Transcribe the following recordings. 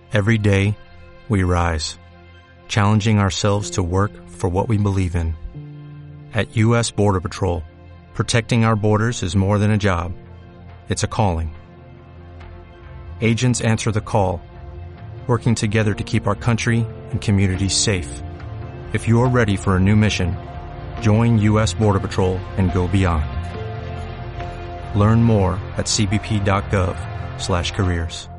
Every day, we rise, challenging ourselves to work for what we believe in. At U.S. Border Patrol, protecting our borders is more than a job. It's a calling. Agents answer the call, working together to keep our country and communities safe. If you're ready for a new mission, join U.S. Border Patrol and go beyond. Learn more at cbp.gov/careers.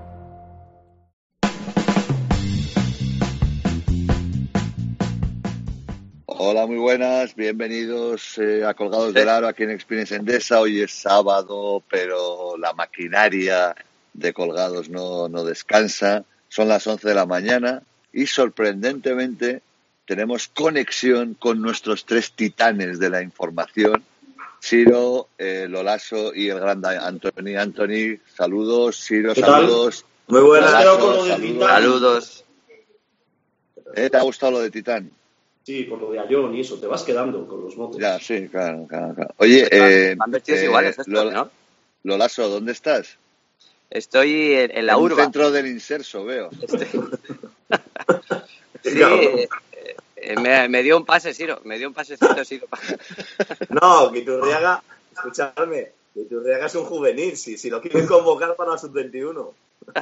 Hola, muy buenas, bienvenidos a Colgados del Aro aquí en Experience Endesa. Hoy es sábado, pero la maquinaria de Colgados no descansa. Son las 11 de la mañana y sorprendentemente tenemos conexión con nuestros tres titanes de la información, Ciro, Lolaso y el gran Anthony. Anthony, saludos. Ciro, saludos. Muy buenas. Lolaso, saludos. ¿Te ha gustado lo de Titán? Sí, por lo de Ayón y eso, te vas quedando con los motes. Ya, sí, claro. Oye, van vestidos iguales estos, ¿no? Lolaso, ¿dónde estás? Estoy en la urba. En el centro del inserso, veo. Sí, me dio un pase, Ciro. Me dio un pasecito, Ciro. No, que Iturriaga, escuchadme, que Iturriaga es un juvenil, si lo quieren convocar para la sub-21.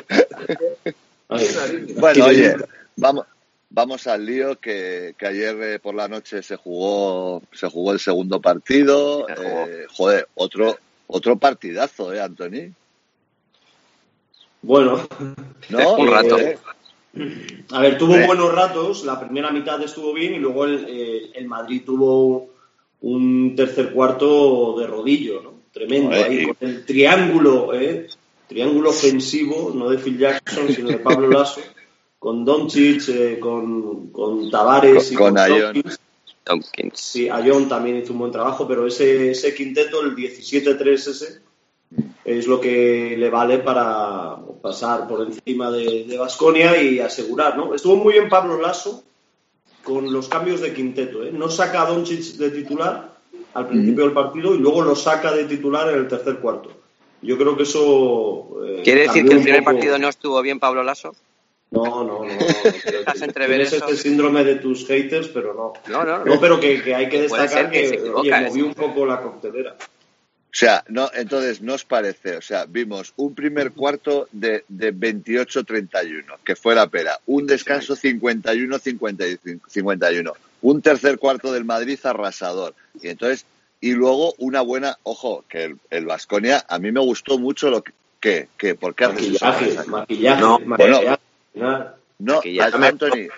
Bueno, oye, vamos al lío que ayer por la noche se jugó el segundo partido. Joder, otro partidazo, Anthony. Bueno, ¿no? Un rato. A ver, tuvo buenos ratos, la primera mitad estuvo bien y luego el Madrid tuvo un tercer cuarto de rodillo, ¿no? Tremendo, ahí con el triángulo ofensivo, no de Phil Jackson, sino de Pablo Laso, con Doncic, con Tavares y con Tompkins. Sí, Ayón también hizo un buen trabajo, pero ese quinteto, el 17-3 ese, es lo que le vale para pasar por encima de Baskonia y asegurar, ¿no? Estuvo muy bien Pablo Laso con los cambios de quinteto, ¿eh? No saca a Doncic de titular al principio del partido y luego lo saca de titular en el tercer cuarto. Yo creo que eso... ¿Quiere decir que el primer partido no estuvo bien Pablo Laso? No. Estás entrever Tienes este síndrome de tus haters, pero no. No, pero que hay que destacar que movió un poco la coctelera. O sea, entonces nos parece, vimos un primer cuarto de 28-31, que fue la pera, un descanso 51-51, un tercer cuarto del Madrid arrasador, y luego una buena, ojo, que el Baskonia, a mí me gustó mucho lo que ¿por qué haces eso? Maquillaje. No, Anthony,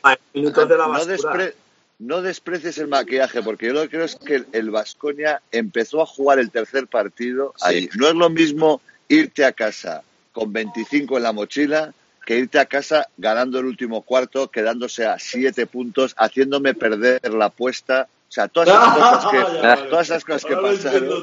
no desprecies el maquillaje, porque yo lo que creo es que el Baskonia empezó a jugar el tercer partido ahí. No es lo mismo irte a casa con 25 en la mochila que irte a casa ganando el último cuarto, quedándose a 7 puntos, haciéndome perder la apuesta. O sea, todas esas cosas que pasaron.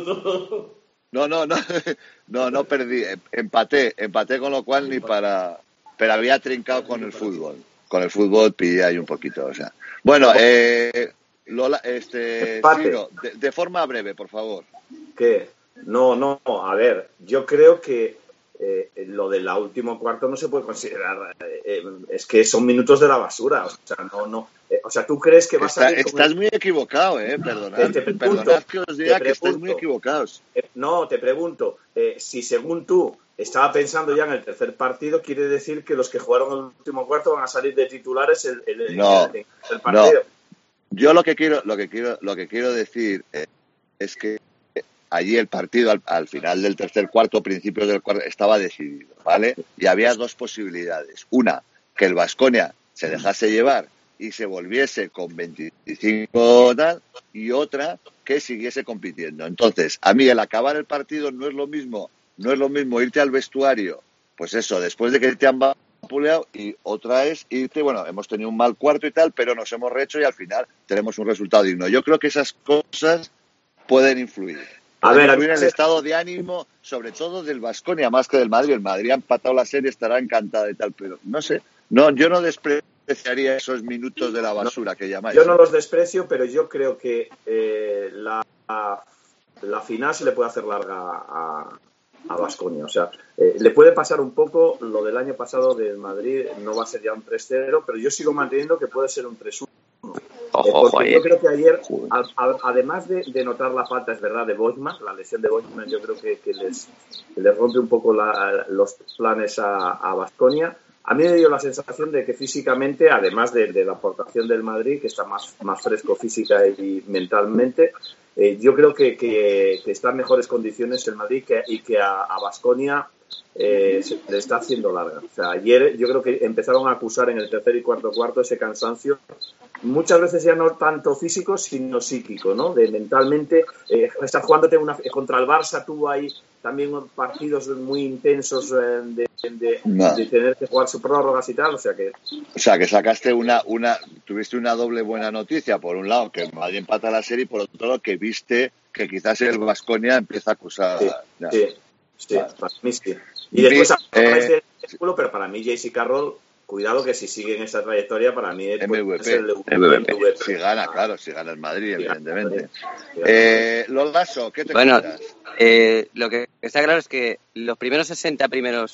No perdí, empaté, con lo cual pero había trincado con el fútbol. Con el fútbol pillé ahí un poquito, Bueno, Lola, Ciro, de forma breve, por favor. ¿Qué? No, a ver, yo creo que lo del último cuarto no se puede considerar, es que son minutos de la basura, ¿tú crees que vas a salir? Estás muy equivocado, perdonad que os diga que estáis muy equivocados. No, te pregunto, si según tú estaba pensando ya en el tercer partido, quiere decir que los que jugaron el último cuarto van a salir de titulares el partido. No. Yo lo que quiero decir es que allí el partido al final del tercer cuarto, principios del cuarto, estaba decidido, ¿vale? Y había dos posibilidades. Una, que el Baskonia se dejase llevar y se volviese con 25 tal, y otra, que siguiese compitiendo. Entonces, a mí el acabar el partido no es lo mismo irte al vestuario, pues eso, después de que te han vapuleado, y otra es irte, hemos tenido un mal cuarto y tal, pero nos hemos rehecho y al final tenemos un resultado digno. Yo creo que esas cosas pueden influir. En el estado de ánimo, sobre todo del Baskonia, más que del Madrid. El Madrid ha empatado la serie, estará encantada y tal, pero no sé. Yo no despreciaría esos minutos de la basura que llamáis. Yo no los desprecio, pero yo creo que la final se le puede hacer larga Baskonia. O sea, le puede pasar un poco lo del año pasado del Madrid, no va a ser ya un 3-0, pero yo sigo manteniendo que puede ser un 3-1. Porque yo creo que ayer, además de notar la falta, es verdad, de Boijman, la lesión de Boijman, yo creo que les rompe un poco los planes a Baskonia. A mí me dio la sensación de que físicamente, además de la aportación del Madrid, que está más fresco física y mentalmente, yo creo que está en mejores condiciones el Madrid y que a Baskonia se le está haciendo larga. O sea, ayer yo creo que empezaron a acusar en el tercer y cuarto ese cansancio, muchas veces ya no tanto físico, sino psíquico, ¿no? De mentalmente, estar jugándote contra el Barça, tuvo ahí también partidos muy intensos de tener que jugar sus prórrogas y tal, o sea que sacaste tuviste una doble buena noticia, por un lado que el Madrid empata la serie y por otro lado que viste que quizás el Baskonia empieza a acusar. Sí, para mí sí. Y después pero para mí JC Carroll, cuidado que si sigue en esa trayectoria, para mí es MVP. Si gana el Madrid, evidentemente. Lasso, ¿qué te cuentas? Lo que está claro es que los primeros 60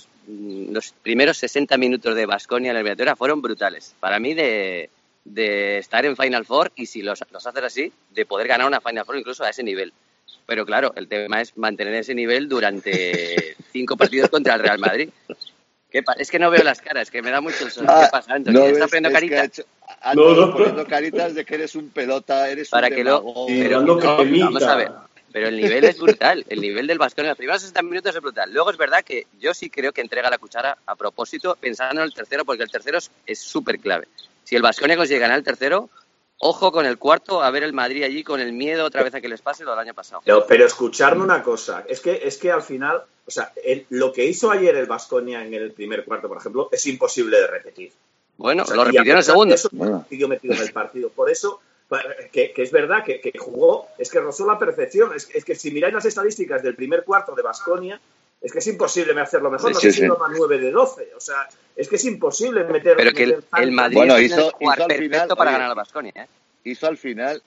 minutos de Baskonia en la eliminatoria fueron brutales. Para mí de estar en Final Four y si los haces así, de poder ganar una Final Four incluso a ese nivel. Pero claro, el tema es mantener ese nivel durante 5 partidos contra el Real Madrid. Es que no veo las caras, que me da mucho el sol. ¿Qué pasa, Antonio? No ¿Estás poniendo caritas? Poniendo caritas de que eres un pelota, eres para un que demagogo. Vamos a ver. Pero el nivel es brutal. El nivel del Baskonia en los primeros 60 minutos es brutal. Luego es verdad que yo sí creo que entrega la cuchara a propósito, pensando en el tercero, porque el tercero es súper clave. Si el Baskonia consigue ganar el tercero, ojo con el cuarto, a ver el Madrid allí con el miedo otra vez a que les pase lo del año pasado. Pero escucharme una cosa, es que al final, o sea, lo que hizo ayer el Baskonia en el primer cuarto, por ejemplo, es imposible de repetir. Bueno, o sea, lo repitió en el segundo. Eso siguió metido en el partido. Por eso, que es verdad que jugó, es que rozó la perfección. Es que si miráis las estadísticas del primer cuarto de Baskonia, es que es imposible hacerlo mejor. No sé si toma 9 de 12. O sea, es que es imposible meter. Pero que el Madrid hizo perfecto al final, para ganar al Baskonia, ¿eh? Hizo al final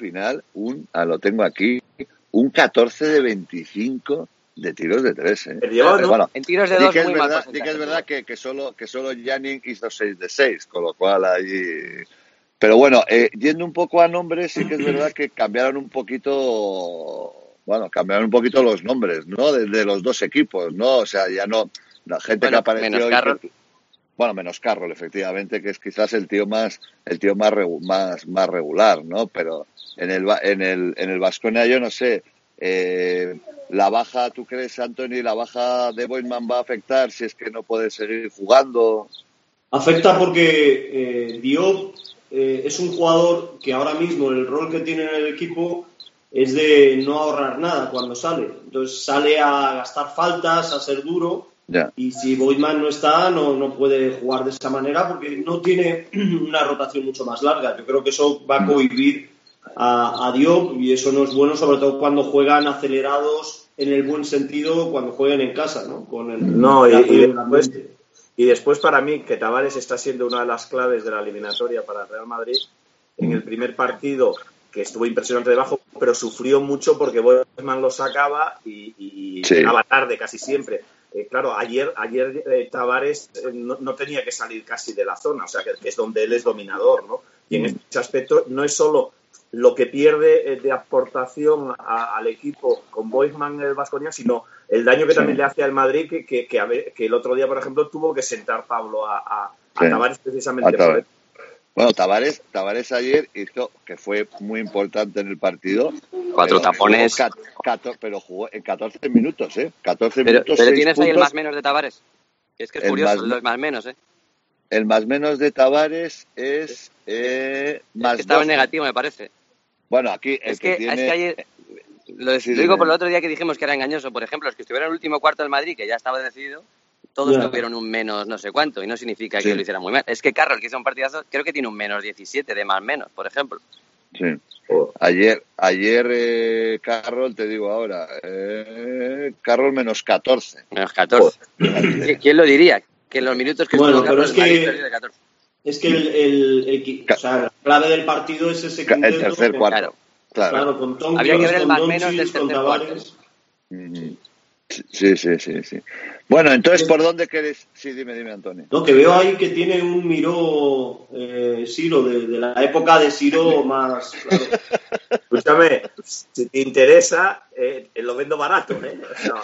lo tengo aquí, un 14 de 25 de tiros de 3, ¿eh? Bueno, en tiros de 2 muy mal porcentaje. Sí que es verdad que solo Yannick hizo 6 de 6, con lo cual allí... Pero bueno, yendo un poco a nombres, sí que es verdad que cambiaron un poquito los nombres, ¿no? De los dos equipos, ¿no? O sea, ya no... La gente que apareció... Menos Carroll. Menos Carroll, efectivamente, que es quizás el tío más regular, ¿no? Pero en el Baskonia yo no sé, la baja, ¿tú crees, Anthony, la baja de Boijman va a afectar si es que no puede seguir jugando? Afecta porque Diop es un jugador que ahora mismo el rol que tiene en el equipo es de no ahorrar nada cuando sale. Entonces sale a gastar faltas, a ser duro. Ya. Y si Boijman no está, no puede jugar de esa manera porque no tiene una rotación mucho más larga. Yo creo que eso va a cohibir a Diop y eso no es bueno, sobre todo cuando juegan acelerados en el buen sentido, cuando juegan en casa, ¿no? Y después para mí que Tavares está siendo una de las claves de la eliminatoria para el Real Madrid. En el primer partido, que estuvo impresionante debajo, pero sufrió mucho porque Boijman lo sacaba y llegaba tarde casi siempre. Claro, ayer Tavares no tenía que salir casi de la zona, o sea, que es donde él es dominador, ¿no? Y en ese aspecto no es solo lo que pierde de aportación al equipo con Boijman en el Baskonia, sino el daño que también le hace al Madrid, que el otro día, por ejemplo, tuvo que sentar Pablo a Tavares precisamente por eso. Bueno, Tavares ayer hizo, que fue muy importante en el partido. 4 tapones. Pero jugó en 14 minutos, ¿eh? 14 minutos, pero tienes puntos. ahí el más menos de Tavares. Es que es curioso, los más menos, ¿eh? El más menos de Tavares es más. Estaba en negativo, me parece. Bueno, aquí es que ayer. Lo digo por el otro día que dijimos que era engañoso. Por ejemplo, los que estuvieron en el último cuarto del Madrid, que ya estaba decidido, todos tuvieron un menos no sé cuánto, y no significa que lo hicieran muy mal. Es que Carroll, que hizo un partidazo, creo que tiene un menos 17 de más menos, por ejemplo. Sí. Ayer Carroll, te digo ahora, Carroll menos 14. Menos 14. ¿Quién lo diría? Que en los minutos que estuvo Carroll, es que o sea, la clave del partido es ese quinteto. El tercer cuarto. Claro, con Tom habría que ver el más menos del tercer cuarto. Sí. Bueno, entonces, ¿por dónde querés? Sí, dime, Antonio. Lo que veo ahí que tiene un Miró Siro, de la época de Siro más... Claro. Escúchame, si te interesa, lo vendo barato, ¿eh?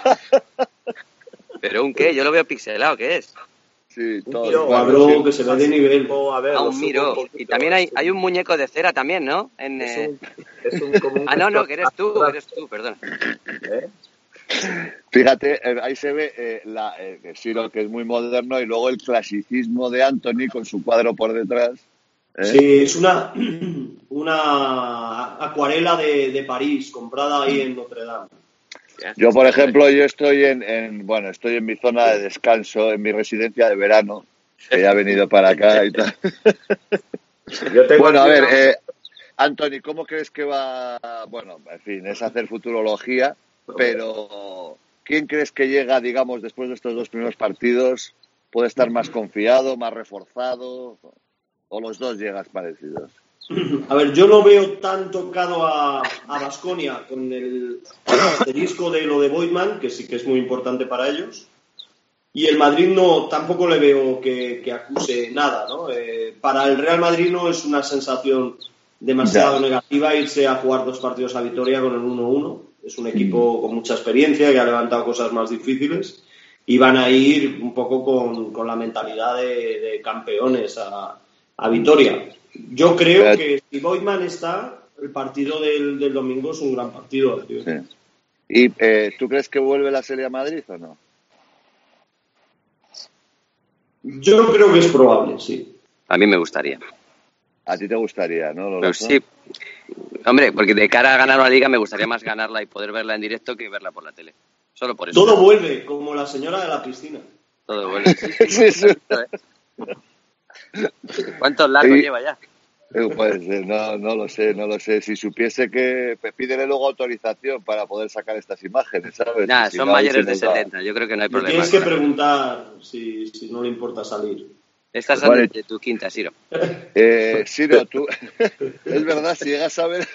¿Pero un qué? Yo lo veo pixelado, ¿qué es? Sí, Un todo. Miró, Bueno, sí, que se ve de nivel. A ver, Un Miró. Y también hay un muñeco de cera también, ¿no? Como un no, que eres tú, perdón. ¿Eh? Fíjate, ahí se ve Siro, que es muy moderno, y luego el clasicismo de Anthony con su cuadro por detrás. Sí, es una acuarela de París, comprada ahí en Notre Dame. Yo, por ejemplo, estoy estoy en mi zona de descanso, en mi residencia de verano, que ya he venido para acá y tal. Bueno, a ver, Anthony, ¿cómo crees que va? Bueno, en fin, es hacer futurología, pero ¿quién crees que llega, digamos, después de estos 2 primeros partidos? ¿Puede estar más confiado, más reforzado? ¿O los dos llegas parecidos? A ver, yo no veo tan tocado a Baskonia con el asterisco de lo de Boydman, que sí que es muy importante para ellos. Y el Madrid tampoco le veo que acuse nada, ¿no? Para el Real Madrid no es una sensación demasiado negativa irse a jugar 2 partidos a Vitoria con el 1-1. Es un equipo con mucha experiencia que ha levantado cosas más difíciles y van a ir un poco con la mentalidad de campeones a Vitoria. Yo creo que si Boydman está, el partido del domingo es un gran partido. Tío. Sí. ¿Y tú crees que vuelve la Serie a Madrid o no? Yo creo que es probable, sí. A mí me gustaría. A ti te gustaría, ¿no? Pero sí. Hombre, porque de cara a ganar una liga me gustaría más ganarla y poder verla en directo que verla por la tele. Solo por eso. Todo vuelve, como la señora de la piscina. Todo vuelve. Sí. ¿Cuántos largos lleva ya? Pues no lo sé. Si supiese que pídele luego autorización para poder sacar estas imágenes, ¿sabes? Nah, son mayores de 70, yo creo que no hay problema. Tienes que preguntar si no le importa salir. Estas son de tu quinta, Siro. Siro, tú... es verdad, si llegas a ver...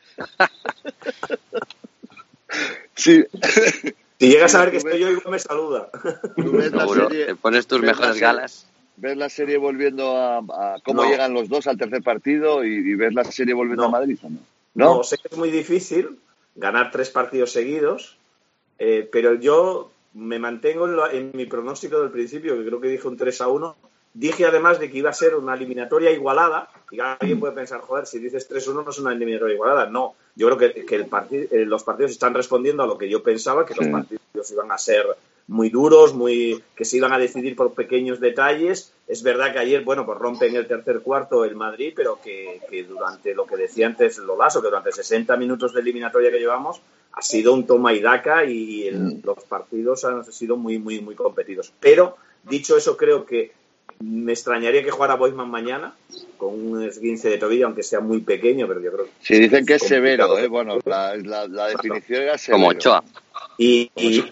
Si llegas a ver que estoy yo, igual me saluda. Tú ves la serie, te pones tus mejores galas. Ves la serie volviendo a cómo llegan los dos al tercer partido y ves la serie volviendo a Madrid, ¿o no? No, sé que es muy difícil ganar 3 partidos seguidos, pero yo me mantengo en mi pronóstico del principio, que creo que dije un 3-1. Dije además de que iba a ser una eliminatoria igualada, y alguien puede pensar, joder, si dices 3-1 no es una eliminatoria igualada. No, yo creo que los partidos están respondiendo a lo que yo pensaba, que los partidos iban a ser muy duros, que se iban a decidir por pequeños detalles. Es verdad que ayer, pues rompe en el tercer cuarto el Madrid, pero que durante lo que decía antes Lolaso, que durante 60 minutos de eliminatoria que llevamos, ha sido un toma y daca y los partidos han sido muy, muy, muy competidos. Pero, dicho eso, creo que me extrañaría que jugara Boydman mañana con un esguince de tobillo, aunque sea muy pequeño, pero yo creo que... Sí, dicen que es severo, bueno, la definición era severo. Como Ochoa. Y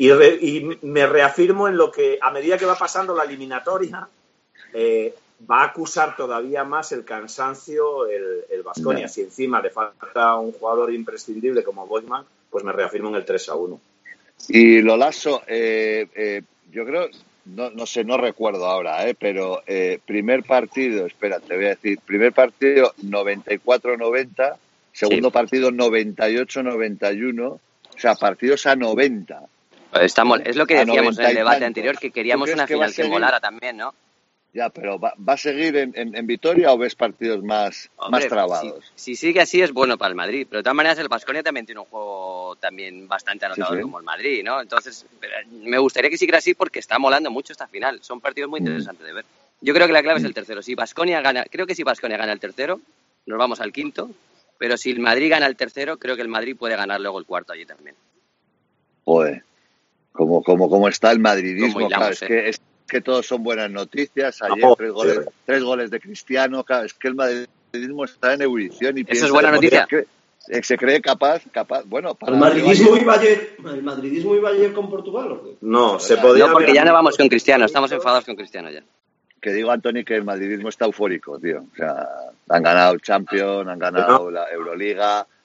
me reafirmo en lo que, a medida que va pasando la eliminatoria, va a acusar todavía más el cansancio el Baskonia. Si encima le falta un jugador imprescindible como Boydman, pues me reafirmo en el 3-1. Y Lolaso, yo creo... No sé, no recuerdo ahora, pero primer partido, espera, te voy a decir, primer partido 94-90, segundo partido 98-91, o sea, partidos a 90. Es lo que decíamos en el debate anterior, que queríamos una final que molara también, ¿no? Ya, pero ¿va a seguir en Vitoria o ves partidos más trabados? Si sigue así es bueno para el Madrid, pero de todas maneras el Baskonia también tiene un juego también bastante anotador como el Madrid, ¿no? Entonces me gustaría que siguiera así porque está molando mucho esta final. Son partidos muy interesantes de ver. Yo creo que la clave es el tercero. Si Baskonia gana, creo que si Baskonia gana el tercero, nos vamos al quinto, pero si el Madrid gana el tercero, creo que el Madrid puede ganar luego el cuarto allí también. Joder, como está el madridismo, claro, es que todos son buenas noticias. Ayer 3 goles de Cristiano. Claro, es que el madridismo está en ebullición y eso es buena noticia. Se cree capaz. Bueno, para ¿El madridismo iba ayer con Portugal o qué? No, se podía. No, porque ya no vamos con Cristiano. Estamos enfadados con Cristiano ya. Que digo, Anthony, que el madridismo está eufórico, tío. O sea, han ganado Champions, han ganado la Euroliga,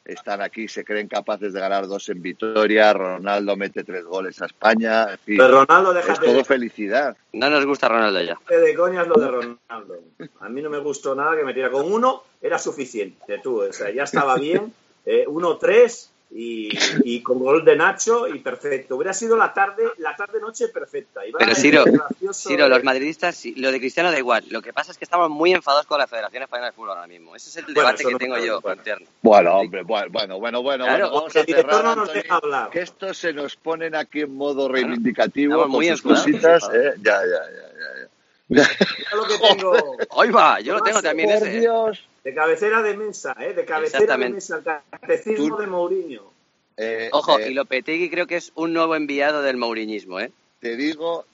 están aquí, se creen capaces de ganar 2 en Vitoria, Ronaldo mete 3 goles a España, en fin, Pero Ronaldo, es déjate todo felicidad. No nos gusta Ronaldo ya. de coñas lo de Ronaldo. A mí no me gustó nada que metiera. Con 1 era suficiente, tú. O sea, ya estaba bien. 1-3 y con gol de Nacho y perfecto. Hubiera sido la tarde-noche perfecta. Pero Ciro, los madridistas, lo de Cristiano da igual. Lo que pasa es que estamos muy enfadados con la Federación Española de Fútbol ahora mismo. Ese es el debate que tengo yo interno. Bueno, hombre, bueno, Claro, vamos a el director cerrar, no nos deja hablar. que estos se nos ponen aquí en modo reivindicativo estamos con muy sus enfadados, cositas, Ya. Yo lo que tengo ¡Ahí va! Yo lo tengo también Por ese. Dios. de cabecera de mesa, de cabecera de mesa, el catecismo de Mourinho. Ojo, y Lopetegui creo que es un nuevo enviado del mouriñismo, ¿eh? Te digo,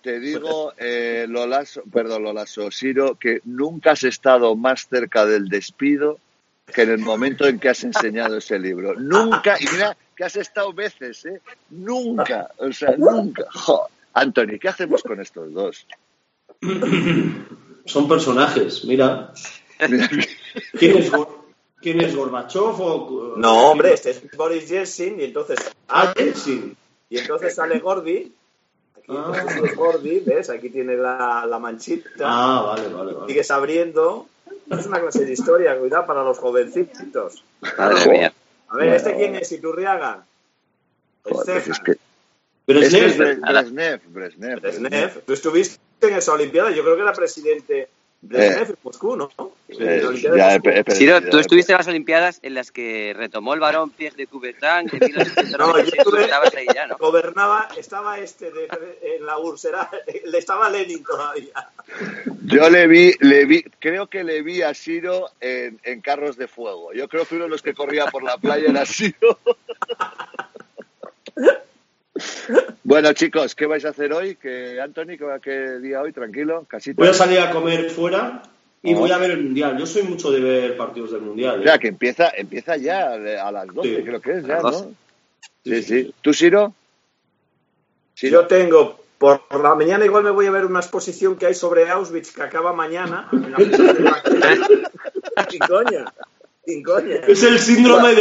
Lolaso, Siro, que nunca has estado más cerca del despido que en el momento en que has enseñado ese libro. Nunca, y mira que has estado veces, nunca, o sea, nunca. Jo. Anthony, ¿qué hacemos con estos dos? Son personajes, mira. ¿Quién es Gorbachev o...? No, hombre, este es Boris Yeltsin y entonces... Yeltsin. Y entonces sale Gordi. Aquí es Gordi, ¿ves? Aquí tiene la manchita. Vale. Sigues abriendo. Es una clase de historia, cuidado para los jovencitos. Madre mía. A ver, ¿este quién es? Iturriaga. Joder, es que... Brezhnev. Brezhnev. Tú estuviste en esa Olimpiada, yo creo que era presidente Brezhnev en Moscú, ¿no? Ciro, tú estuviste en las Olimpiadas en las que retomó el varón Pierre de Coubertin. No, yo estuve, estabas ahí ya, ¿no? gobernaba, estaba en la URSS, estaba Lenin todavía. Yo le vi, creo que le vi a Siro en carros de fuego. Yo creo que uno de los que corría por la playa era Siro. Bueno, chicos, ¿qué vais a hacer hoy? Anthony, ¿qué día hoy? Tranquilo, casita. Voy a salir a comer fuera y voy a ver el Mundial. Yo soy mucho de ver partidos del Mundial. O sea, que empieza ya a las 12, Sí. creo que es ya, ¿no? Sí. Sí. ¿Tú, Siro? Yo tengo, por la mañana igual me voy a ver una exposición que hay sobre Auschwitz que acaba mañana. En la Sin coña. Es el síndrome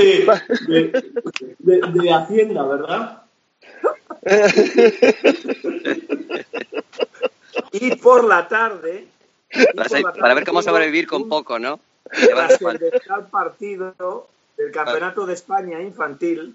de Hacienda, ¿verdad? Y por la tarde... Para ver cómo sobrevivir con poco, ¿no? Trascendental partido del Campeonato de España infantil,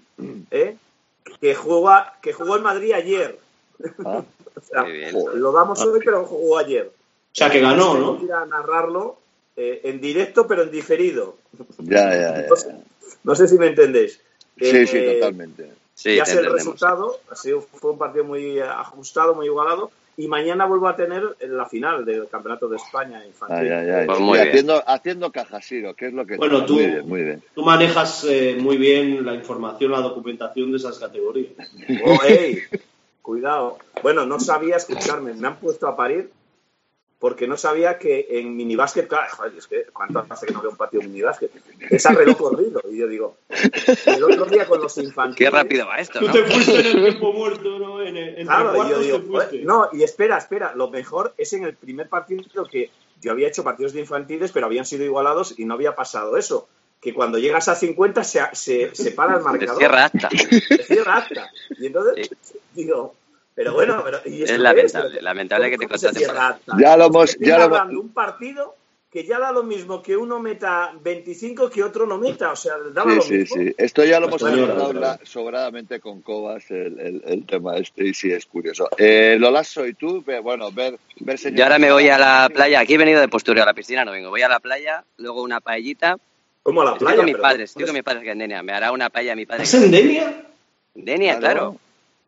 que jugó el Madrid ayer. O sea, lo damos hoy, pero jugó ayer. O sea, que ganó, ¿no? Ir a narrarlo en directo, pero en diferido. Ya. No sé si me entendéis. Sí, totalmente. Sí, ya sé el resultado. Fue un partido muy ajustado, muy igualado. Y mañana vuelvo a tener la final del Campeonato de España infantil. Pues muy haciendo caja, Siro, que es lo que... Bueno, muy bien. Tú manejas muy bien la información, la documentación de esas categorías. Oh, hey, cuidado. Bueno, no sabía escucharme. Me han puesto a parir porque no sabía que en minibásquet... Claro, joder, es que ¿cuánto hace que no veo un partido de minibásquet? Es a reloj corrido. Y yo digo, el otro día con los infantiles... Qué rápido va esto, ¿no? Tú te fuiste en el tiempo muerto, ¿no? Claro, y yo digo, no, y espera, lo mejor es en el primer partido que yo había hecho partidos de infantiles, pero habían sido igualados y no había pasado eso. Que cuando llegas a 50 se para el marcador. Se cierra acta. Y entonces digo... Pero bueno, ¿y es lamentable que te contaste. Ya lo hemos hablando un partido que ya da lo mismo que uno meta 25 que otro no meta, o sea, daba lo mismo. Sí. Esto ya lo hemos hablado sobradamente con Cobas, el tema y sí es curioso. Lolaso, ¿y tú? Bueno, ver señor. Yo ahora me voy a la playa. Aquí he venido de postureo, a la piscina no vengo. Voy a la playa, luego una paellita. ¿Cómo a la playa? Estoy con mis padres que en Denia. Me hará una paella mi padre. ¿Es en Denia? Denia, claro.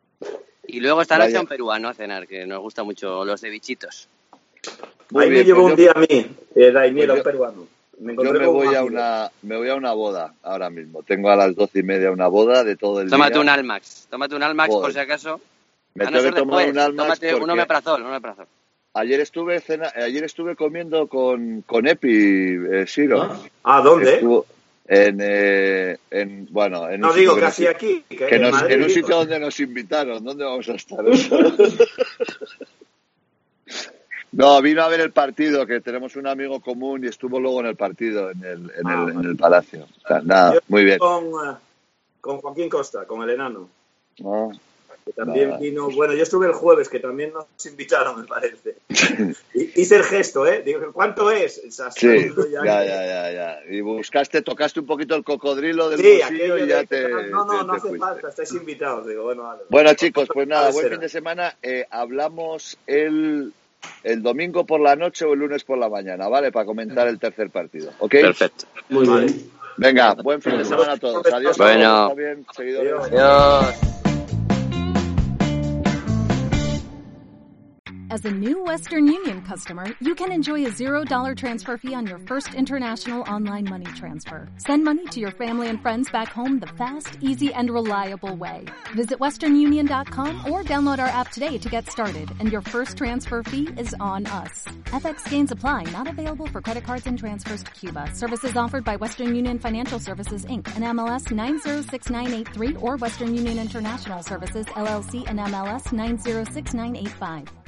Y luego esta noche un peruano a cenar, que nos gusta mucho los de bichitos. Ahí me llevó un día a mí, Daimiel, un peruano. Yo me voy a una boda ahora mismo. Tengo a las 12:30 una boda de todo el Tómate día. Un Almax por si acaso. Me tengo que tomar un Almax. Tómate un omeprazol. Ayer estuve comiendo con Epi, Siro. ¿Dónde? Estuvo en no digo que hacía aquí. En un sitio donde nos invitaron. ¿Dónde vamos a estar? No, vino a ver el partido, que tenemos un amigo común y estuvo luego en el partido, en el Palacio. O sea, nada, Yo muy bien. Con Joaquín Costa, con el enano. No, Que también vino. Bueno, yo estuve el jueves, que también nos invitaron, me parece. Hice el gesto, ¿eh? Digo, ¿cuánto es? Sí, ya. Y tocaste un poquito el cocodrilo del bolsillo y ya te. No hace falta, estáis invitados. Digo, vale. Bueno, chicos, pues nada, buen fin de semana. Hablamos el domingo por la noche o el lunes por la mañana, ¿vale? Para comentar el tercer partido, ¿ok? Perfecto. Muy bien. Venga, buen fin de semana a todos. Adiós. Bueno. Está bien, seguidores. Adiós. As a new Western Union customer, you can enjoy a $0 transfer fee on your first international online money transfer. Send money to your family and friends back home the fast, easy, and reliable way. Visit westernunion.com or download our app today to get started, and your first transfer fee is on us. FX gains apply, not available for credit cards and transfers to Cuba. Services offered by Western Union Financial Services, Inc., and MLS 906983, or Western Union International Services, LLC, and MLS 906985.